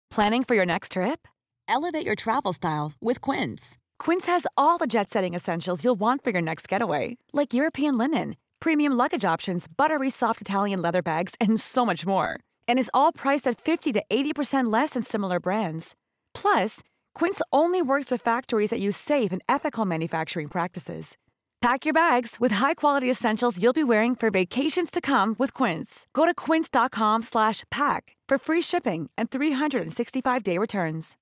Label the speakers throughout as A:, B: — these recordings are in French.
A: Planning for your next trip?
B: Elevate your travel style with Quince.
A: Quince has all the jet-setting essentials you'll want for your next getaway, like European linen, premium luggage options, buttery soft Italian leather bags, and so much more. And is all priced at 50 to 80% less than similar brands. Plus, Quince only works with factories that use safe and ethical manufacturing practices. Pack your bags with high-quality essentials you'll be wearing for vacations to come with Quince. Go to quince.com/pack for free shipping and 365-day returns.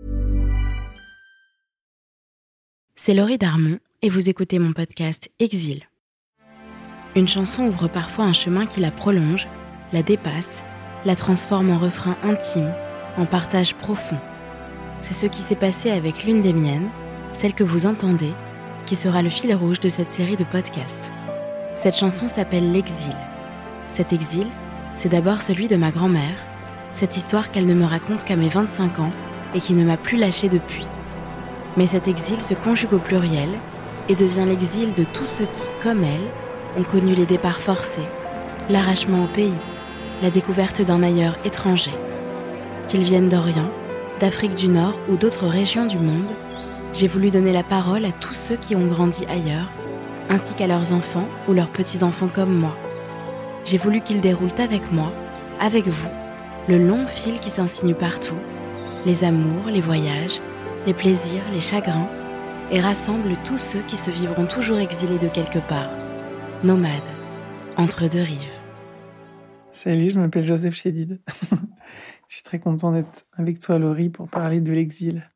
C: C'est Laurie Darmon et vous écoutez mon podcast Exil. Une chanson ouvre parfois un chemin qui la prolonge, la dépasse, la transforme en refrain intime, en partage profond. C'est ce qui s'est passé avec l'une des miennes, celle que vous entendez, qui sera le fil rouge de cette série de podcasts. Cette chanson s'appelle L'Exil. Cet exil, c'est d'abord celui de ma grand-mère, cette histoire qu'elle ne me raconte qu'à mes 25 ans et qui ne m'a plus lâchée depuis. Mais cet exil se conjugue au pluriel et devient l'exil de tous ceux qui, comme elle, ont connu les départs forcés, l'arrachement au pays, la découverte d'un ailleurs étranger. Qu'ils viennent d'Orient, d'Afrique du Nord ou d'autres régions du monde, j'ai voulu donner la parole à tous ceux qui ont grandi ailleurs, ainsi qu'à leurs enfants ou leurs petits-enfants comme moi. J'ai voulu qu'ils déroulent avec moi, avec vous, le long fil qui s'insinue partout, les amours, les voyages, les plaisirs, les chagrins, et rassemble tous ceux qui se vivront toujours exilés de quelque part, nomades, entre deux rives.
D: Salut, je m'appelle Joseph Chédid. Je suis très content d'être avec toi, Laurie, pour parler de l'exil.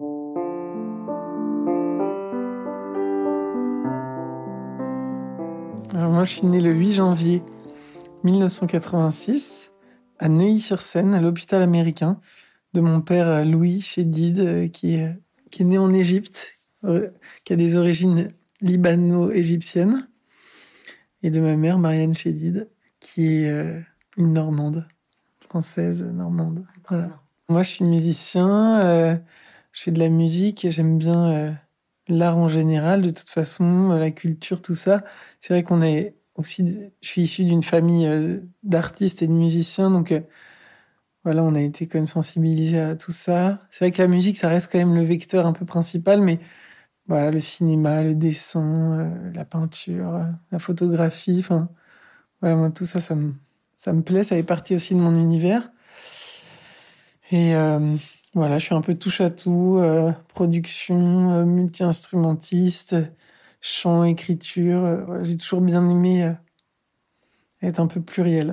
D: Alors moi, je suis né le 8 janvier 1986 à Neuilly-sur-Seine, à l'hôpital américain, de mon père Louis Chédid, qui est né en Égypte, qui a des origines libano-égyptiennes, et de ma mère, Marianne Chédid, qui est une Normande, française normande. Voilà. Moi, je suis musicien, je fais de la musique, et j'aime bien l'art en général, de toute façon, la culture, tout ça. C'est vrai qu'on est aussi... Je suis issu d'une famille d'artistes et de musiciens, donc voilà, on a été quand même sensibilisés à tout ça. C'est vrai que la musique, ça reste quand même le vecteur un peu principal, mais voilà, le cinéma, le dessin, la peinture, la photographie, enfin, voilà, moi, tout ça, ça me plaît, ça fait partie aussi de mon univers. Et voilà, je suis un peu touche-à-tout, production, multi-instrumentiste, chant, écriture. Voilà, j'ai toujours bien aimé être un peu pluriel.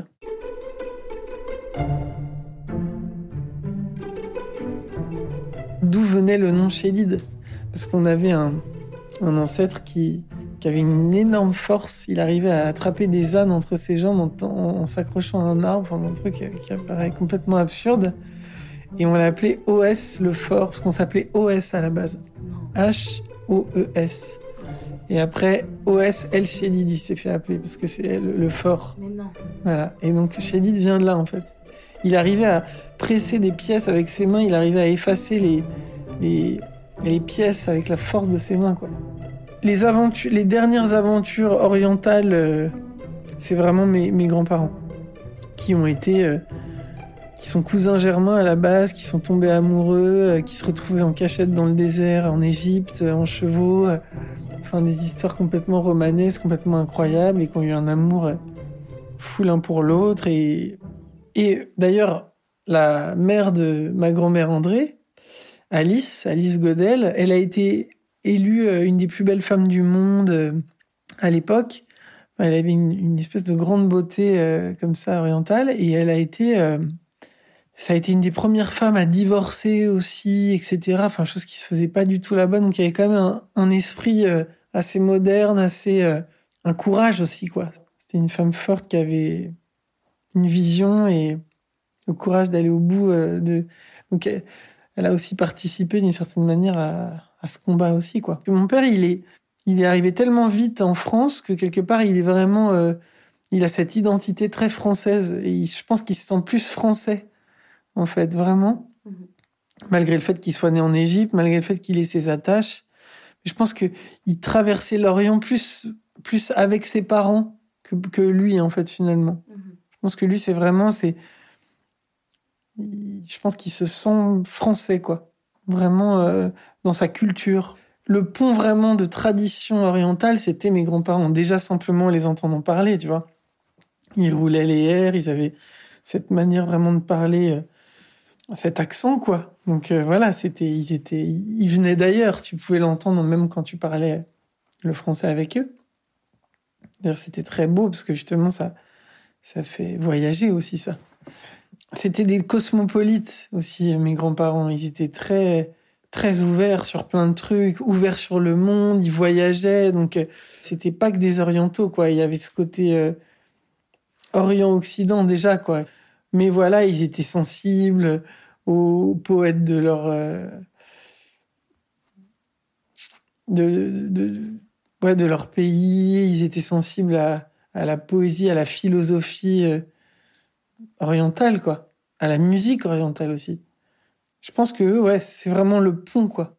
D: D'où venait le nom Chédid ? Parce qu'on avait un ancêtre qui avait une énorme force. Il arrivait à attraper des ânes entre ses jambes en s'accrochant à un arbre, enfin, un truc qui apparaît complètement absurde. Et on l'a appelé OS le fort, parce qu'on s'appelait OS à la base. H-O-E-S. Et après, OS El Chédid, il s'est fait appeler, parce que c'est le fort.
C: Mais non.
D: Voilà. Et donc, Chédid vient de là, en fait. Il arrivait à presser des pièces avec ses mains, il arrivait à effacer les pièces avec la force de ses mains, quoi. Les dernières aventures orientales, c'est vraiment mes grands-parents qui sont cousins germains à la base, qui sont tombés amoureux, qui se retrouvaient en cachette dans le désert, en Égypte, en chevaux. Enfin, des histoires complètement romanesques, complètement incroyables, et qui ont eu un amour fou l'un pour l'autre. Et d'ailleurs, la mère de ma grand-mère André, Alice Godel, elle a été élue une des plus belles femmes du monde à l'époque. Elle avait une espèce de grande beauté comme ça, orientale, et ça a été une des premières femmes à divorcer aussi, etc. Enfin, chose qui se faisait pas du tout là-bas. Donc, il y avait quand même un esprit assez moderne, un courage aussi, quoi. C'était une femme forte qui avait une vision et le courage d'aller au bout Donc, elle a aussi participé d'une certaine manière à ce combat aussi, quoi. Mon père, il est arrivé tellement vite en France que quelque part, il est vraiment... il a cette identité très française. Et je pense qu'il se sent plus français, en fait, vraiment. Mmh. Malgré le fait qu'il soit né en Égypte, malgré le fait qu'il ait ses attaches. Je pense qu'il traversait l'Orient plus avec ses parents que lui, en fait, finalement. Mmh. Je pense que lui, c'est vraiment... Je pense qu'il se sent français, quoi. Vraiment dans sa culture. Le pont vraiment de tradition orientale, c'était mes grands-parents. Déjà simplement les entendant parler, tu vois. Ils roulaient les airs, ils avaient cette manière vraiment de parler, cet accent, quoi. Donc voilà, ils venaient d'ailleurs. Tu pouvais l'entendre même quand tu parlais le français avec eux. D'ailleurs, c'était très beau parce que justement, ça fait voyager aussi, ça. C'était des cosmopolites aussi, mes grands-parents. Ils étaient très, très ouverts sur plein de trucs, ouverts sur le monde, ils voyageaient. Donc, c'était pas que des orientaux, quoi. Il y avait ce côté Orient-Occident déjà, quoi. Mais voilà, ils étaient sensibles aux poètes de leur... de leur pays. Ils étaient sensibles à la poésie, à la philosophie orientale, quoi. À la musique orientale aussi. Je pense que ouais, c'est vraiment le pont, quoi.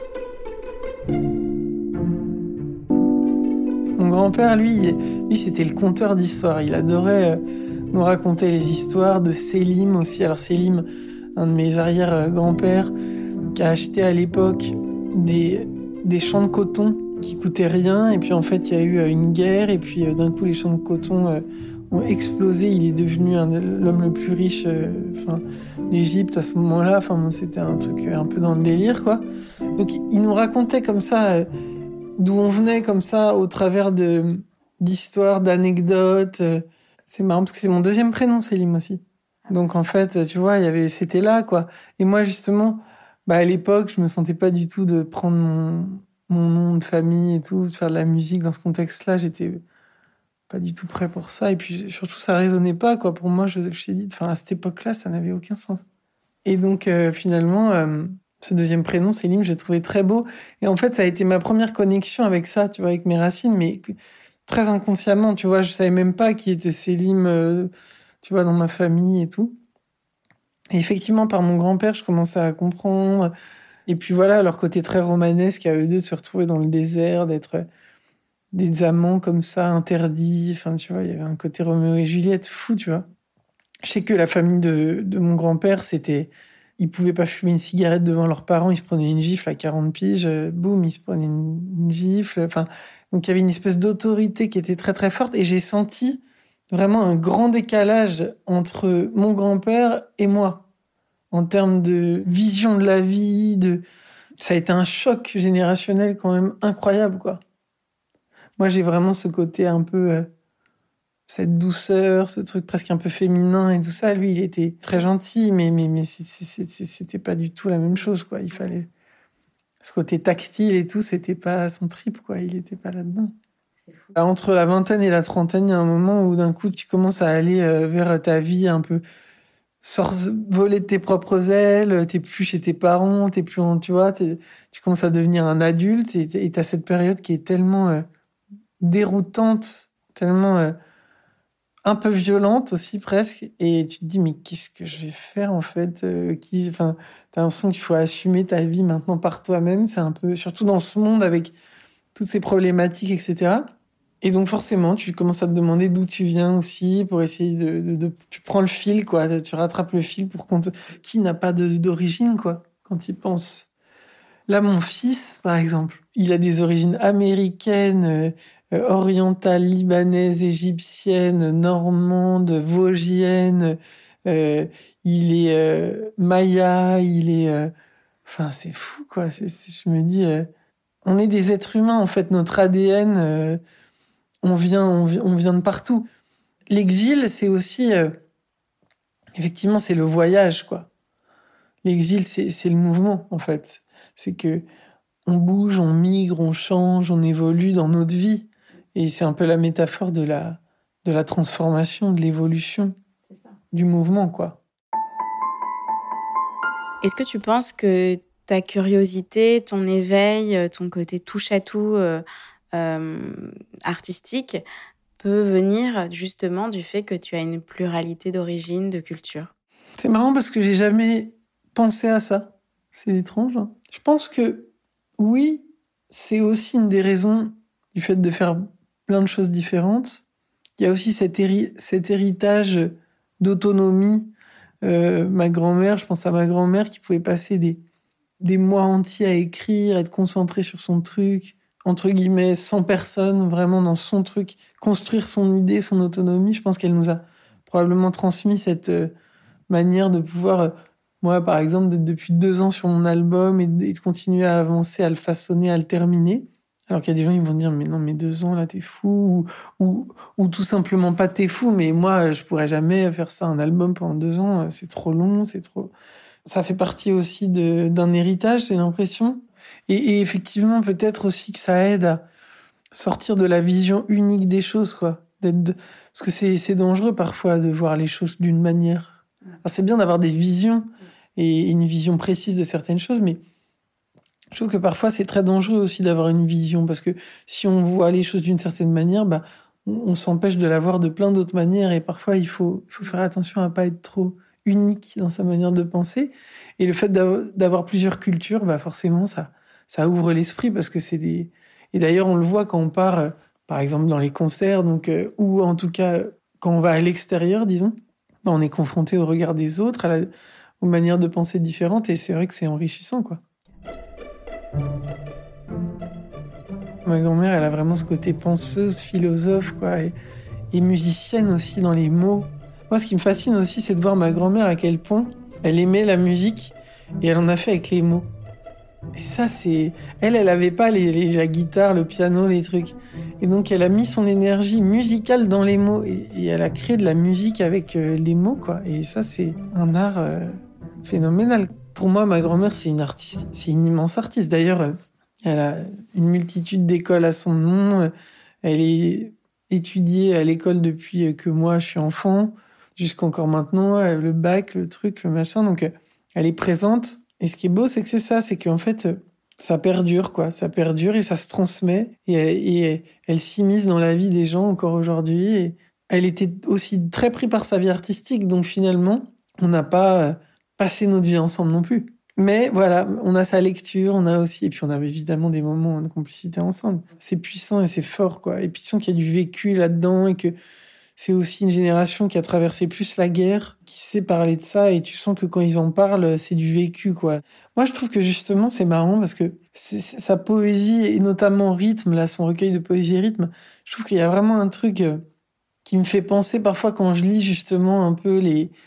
D: Mon grand-père, lui, c'était le conteur d'histoires. Il adorait nous raconter les histoires de Selim aussi. Alors Selim, un de mes arrière-grands-pères, qui a acheté à l'époque des champs de coton qui coûtaient rien. Et puis en fait, il y a eu une guerre. Et puis d'un coup, les champs de coton ont explosé. Il est devenu l'homme le plus riche d'Égypte à ce moment-là. Enfin, bon, c'était un truc un peu dans le délire, quoi. Donc, il nous racontait comme ça d'où on venait, comme ça, au travers d'histoires, d'anecdotes. C'est marrant parce que c'est mon deuxième prénom, Selim aussi. Donc, en fait, tu vois, c'était là, quoi. Et moi, justement, à l'époque, je me sentais pas du tout de prendre mon nom de famille et tout, de faire de la musique dans ce contexte-là. J'étais pas du tout prêt pour ça. Et puis, surtout, ça résonnait pas, quoi. Pour moi, Joseph Chédid, à cette époque-là, ça n'avait aucun sens. Et donc, finalement, ce deuxième prénom, Selim, je le trouvais très beau. Et en fait, ça a été ma première connexion avec ça, tu vois, avec mes racines, mais très inconsciemment, tu vois. Je savais même pas qui était Selim, tu vois, dans ma famille et tout. Et effectivement, par mon grand-père, je commençais à comprendre. Et puis voilà, leur côté très romanesque à eux deux de se retrouver dans le désert, d'être des amants comme ça, interdits. Enfin, tu vois, il y avait un côté Roméo et Juliette fou, tu vois. Je sais que la famille de mon grand-père, ils pouvaient pas fumer une cigarette devant leurs parents, ils se prenaient une gifle à 40 piges, boum, ils se prenaient une gifle. Enfin, donc il y avait une espèce d'autorité qui était très très forte et j'ai senti vraiment un grand décalage entre mon grand-père et moi en termes de vision de la vie. Ça a été un choc générationnel quand même incroyable, quoi. Moi, j'ai vraiment ce côté un peu cette douceur, ce truc presque un peu féminin et tout ça. Lui, il était très gentil, mais c'était pas du tout la même chose, quoi. Il fallait ce côté tactile et tout, c'était pas son trip, quoi. Il était pas là-dedans. Entre la vingtaine et la trentaine, il y a un moment où d'un coup, tu commences à aller vers ta vie un peu voler de tes propres ailes, t'es plus chez tes parents, t'es plus, tu vois, tu commences à devenir un adulte et t'as cette période qui est tellement déroutante, tellement un peu violente aussi presque, et tu te dis mais qu'est-ce que je vais faire en fait, t'as l'impression qu'il faut assumer ta vie maintenant par toi-même. C'est un peu, surtout dans ce monde avec toutes ces problématiques, etc. Et donc forcément tu commences à te demander d'où tu viens aussi, pour essayer tu prends le fil, quoi, tu rattrapes le fil qui n'a pas d'origine, quoi, quand il pense. Là, mon fils par exemple, il a des origines américaines, orientale, libanaise, égyptienne, normande, vosgienne, il est maya, il est... c'est fou, quoi. Je me dis, on est des êtres humains, en fait. Notre ADN, on vient de partout. L'exil, c'est aussi... effectivement, c'est le voyage, quoi. L'exil, c'est le mouvement, en fait. C'est que on bouge, on migre, on change, on évolue dans notre vie. Et c'est un peu la métaphore de la transformation, de l'évolution, du mouvement, quoi.
C: Est-ce que tu penses que ta curiosité, ton éveil, ton côté touche-à-tout artistique peut venir justement du fait que tu as une pluralité d'origines, de culture?
D: C'est marrant parce que j'ai jamais pensé à ça. C'est étrange, hein. Je pense que oui, c'est aussi une des raisons du fait de faire plein de choses différentes. Il y a aussi cet héritage d'autonomie ma grand-mère, je pense à ma grand-mère qui pouvait passer des mois entiers à écrire, être concentrée sur son truc, entre guillemets, sans personne, vraiment dans son truc, construire son idée, son autonomie. Je pense qu'elle nous a probablement transmis cette manière de pouvoir, moi par exemple, d'être depuis 2 ans sur mon album et de continuer à avancer, à le façonner, à le terminer. Alors qu'il y a des gens qui vont dire, mais non, mais 2 ans là, t'es fou, ou tout simplement pas t'es fou, mais moi, je pourrais jamais faire ça, un album pendant 2 ans, c'est trop long, c'est trop... Ça fait partie aussi d'un héritage, j'ai l'impression. Et effectivement, peut-être aussi que ça aide à sortir de la vision unique des choses, quoi. Parce que c'est dangereux parfois de voir les choses d'une manière. Alors, c'est bien d'avoir des visions et une vision précise de certaines choses, mais je trouve que parfois c'est très dangereux aussi d'avoir une vision, parce que si on voit les choses d'une certaine manière, bah, on s'empêche de la voir de plein d'autres manières, et parfois il faut faire attention à pas être trop unique dans sa manière de penser. Et le fait d'avoir plusieurs cultures, bah forcément ça ouvre l'esprit, parce que et d'ailleurs on le voit quand on part, par exemple dans les concerts, donc ou en tout cas quand on va à l'extérieur, disons, bah, on est confronté au regard des autres, aux manières de penser différentes, et c'est vrai que c'est enrichissant, quoi. Ma grand-mère, elle a vraiment ce côté penseuse, philosophe, quoi, et musicienne aussi dans les mots. Moi, ce qui me fascine aussi, c'est de voir ma grand-mère à quel point elle aimait la musique, et elle en a fait avec les mots. Et ça, c'est... Elle avait pas la guitare, le piano, les trucs. Et donc, elle a mis son énergie musicale dans les mots, et elle a créé de la musique avec les mots, quoi. Et ça, c'est un art phénoménal. Pour moi, ma grand-mère, c'est une artiste, c'est une immense artiste. D'ailleurs, elle a une multitude d'écoles à son nom. Elle est étudiée à l'école depuis que moi, je suis enfant, jusqu'encore maintenant, le bac, le truc, le machin. Donc, elle est présente. Et ce qui est beau, c'est que c'est ça, c'est qu'en fait, ça perdure, quoi. Ça perdure et ça se transmet. Et elle s'immisce dans la vie des gens encore aujourd'hui. Et elle était aussi très prise par sa vie artistique. Donc, finalement, on n'a pas passé notre vie ensemble non plus. Mais voilà, on a sa lecture, on a aussi... Et puis, on a évidemment des moments de complicité ensemble. C'est puissant et c'est fort, quoi. Et puis, tu sens qu'il y a du vécu là-dedans et que c'est aussi une génération qui a traversé plus la guerre, qui sait parler de ça, et tu sens que quand ils en parlent, c'est du vécu, quoi. Moi, je trouve que justement, c'est marrant parce que sa poésie, et notamment Rythme, là, son recueil de poésie Rythme, je trouve qu'il y a vraiment un truc qui me fait penser parfois quand je lis justement un peu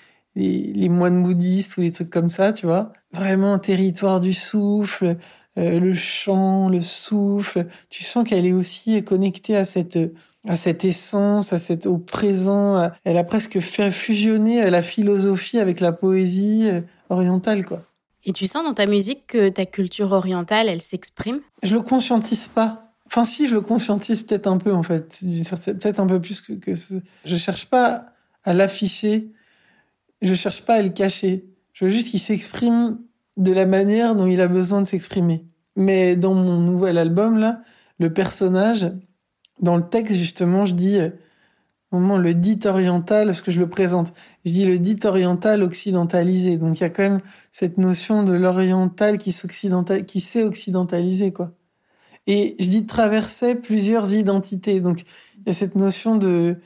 D: les moines bouddhistes ou les trucs comme ça, tu vois. Vraiment un territoire du souffle, le chant, le souffle. Tu sens qu'elle est aussi connectée à cette essence, au présent. Elle a presque fait fusionner la philosophie avec la poésie orientale, quoi.
C: Et tu sens dans ta musique que ta culture orientale, elle s'exprime ?
D: Je le conscientise pas. Enfin, si, je le conscientise peut-être un peu, en fait. Peut-être un peu plus que je cherche pas à l'afficher. Je cherche pas à le cacher. Je veux juste qu'il s'exprime de la manière dont il a besoin de s'exprimer. Mais dans mon nouvel album, là, le personnage... Dans le texte, justement, je dis au moment le dit oriental, parce que je le présente. Je dis le dit oriental occidentalisé. Donc, il y a quand même cette notion de l'oriental qui s'est occidentalisé, quoi. Et je dis traverser plusieurs identités. Donc, il y a cette notion de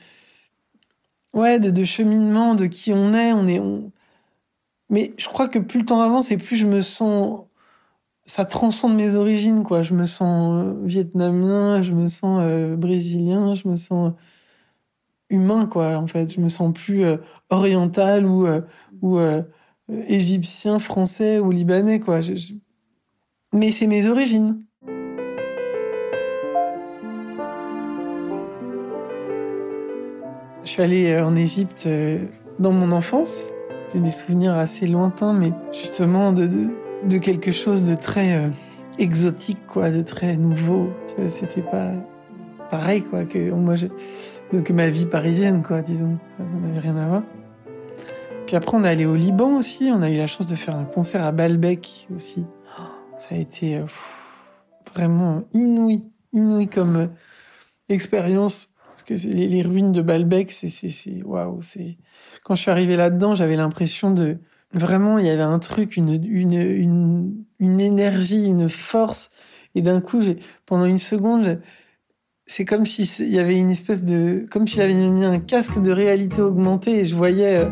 D: cheminement, de qui on est. Mais je crois que plus le temps avance et plus je me sens... Ça transcende mes origines, quoi. Je me sens vietnamien, je me sens brésilien, je me sens humain, quoi, en fait. Je me sens plus oriental ou égyptien, français ou libanais, quoi. Mais c'est mes origines. Je suis allée en Égypte dans mon enfance. J'ai des souvenirs assez lointains, mais justement de quelque chose de très exotique, quoi, de très nouveau. Tu vois, c'était pas pareil, quoi, que ma vie parisienne, quoi, disons. Ça n'avait rien à voir. Puis après, on est allé au Liban aussi. On a eu la chance de faire un concert à Baalbek aussi. Ça a été vraiment inouï comme expérience. Parce que les ruines de Baalbek, c'est waouh. Quand je suis arrivé là-dedans, j'avais l'impression de... Vraiment, il y avait un truc, une énergie, une force. Et d'un coup, pendant une seconde, c'est comme s'il y avait une espèce de... Comme s'il avait mis un casque de réalité augmentée et je voyais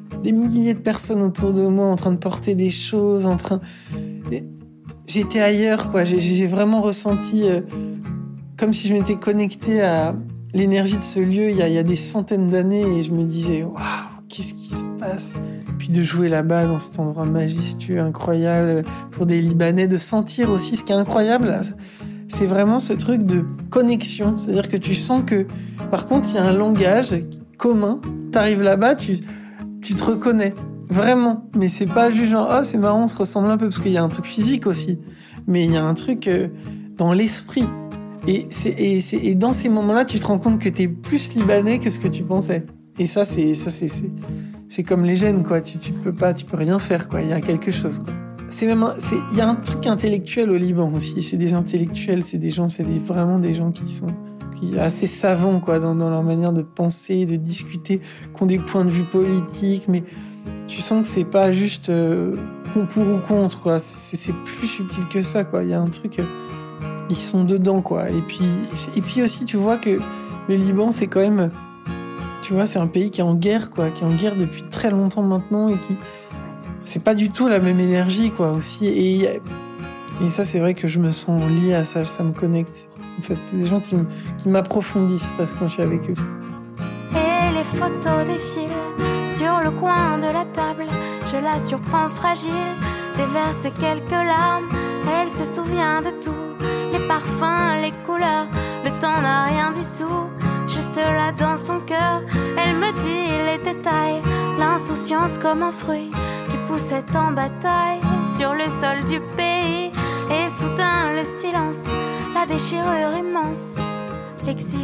D: des milliers de personnes autour de moi en train de porter des choses, J'étais ailleurs, quoi. J'ai vraiment ressenti comme si je m'étais connectée à l'énergie de ce lieu il y a des centaines d'années et je me disais, waouh, qu'est-ce qui se passe ? Puis de jouer là-bas dans cet endroit majestueux, incroyable, pour des Libanais, de sentir aussi ce qui est incroyable, là, c'est vraiment ce truc de connexion. C'est-à-dire que tu sens que, par contre, il y a un langage commun. T'arrives là-bas, tu te reconnais. Vraiment. Mais c'est pas juste genre, oh, c'est marrant, on se ressemble un peu, parce qu'il y a un truc physique aussi. Mais il y a un truc dans l'esprit. Et dans ces moments-là, tu te rends compte que t'es plus libanais que ce que tu pensais. Et ça, c'est comme les gènes, quoi. Tu peux rien faire, quoi. Il y a quelque chose, quoi. Il y a un truc intellectuel au Liban aussi. C'est des intellectuels, vraiment des gens qui sont assez savants, quoi, dans leur manière de penser, de discuter, qui ont des points de vue politiques, mais tu sens que c'est pas juste pour ou contre, quoi. C'est plus subtil que ça, quoi. Il y a un truc, ils sont dedans, quoi. Et puis aussi, tu vois que le Liban, c'est quand même, tu vois, c'est un pays qui est en guerre, quoi, qui est en guerre depuis très longtemps maintenant et c'est pas du tout la même énergie, quoi, aussi. Et ça, c'est vrai que je me sens lié à ça me connecte. En fait, c'est des gens qui m'approfondissent parce que quand je suis avec eux.
E: Et les photos défilent sur le coin de la table. Je la surprends fragile, déverse quelques larmes. Elle se souvient de tout, les parfums, les couleurs. Le temps n'a rien dissous, juste là dans son cœur. Elle me dit les détails, l'insouciance comme un fruit qui poussait en bataille sur le sol du pays. Et soudain le silence, la déchirure immense, l'exil.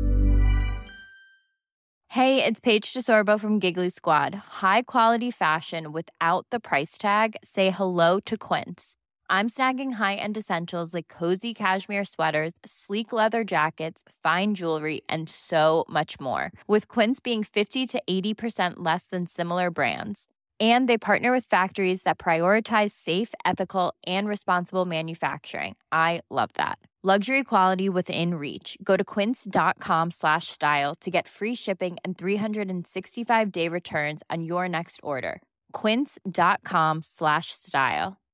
F: Hey, it's Paige DeSorbo from Giggly Squad. High quality fashion without the price tag. Say hello to Quince. I'm snagging high-end essentials like cozy cashmere sweaters, sleek leather jackets, fine jewelry, and so much more. With Quince being 50 to 80% less than similar brands. And they partner with factories that prioritize safe, ethical, and responsible manufacturing. I love that. Luxury quality within reach. Go to quince.com/style to get free shipping and 365-day returns on your next order. Quince.com/style.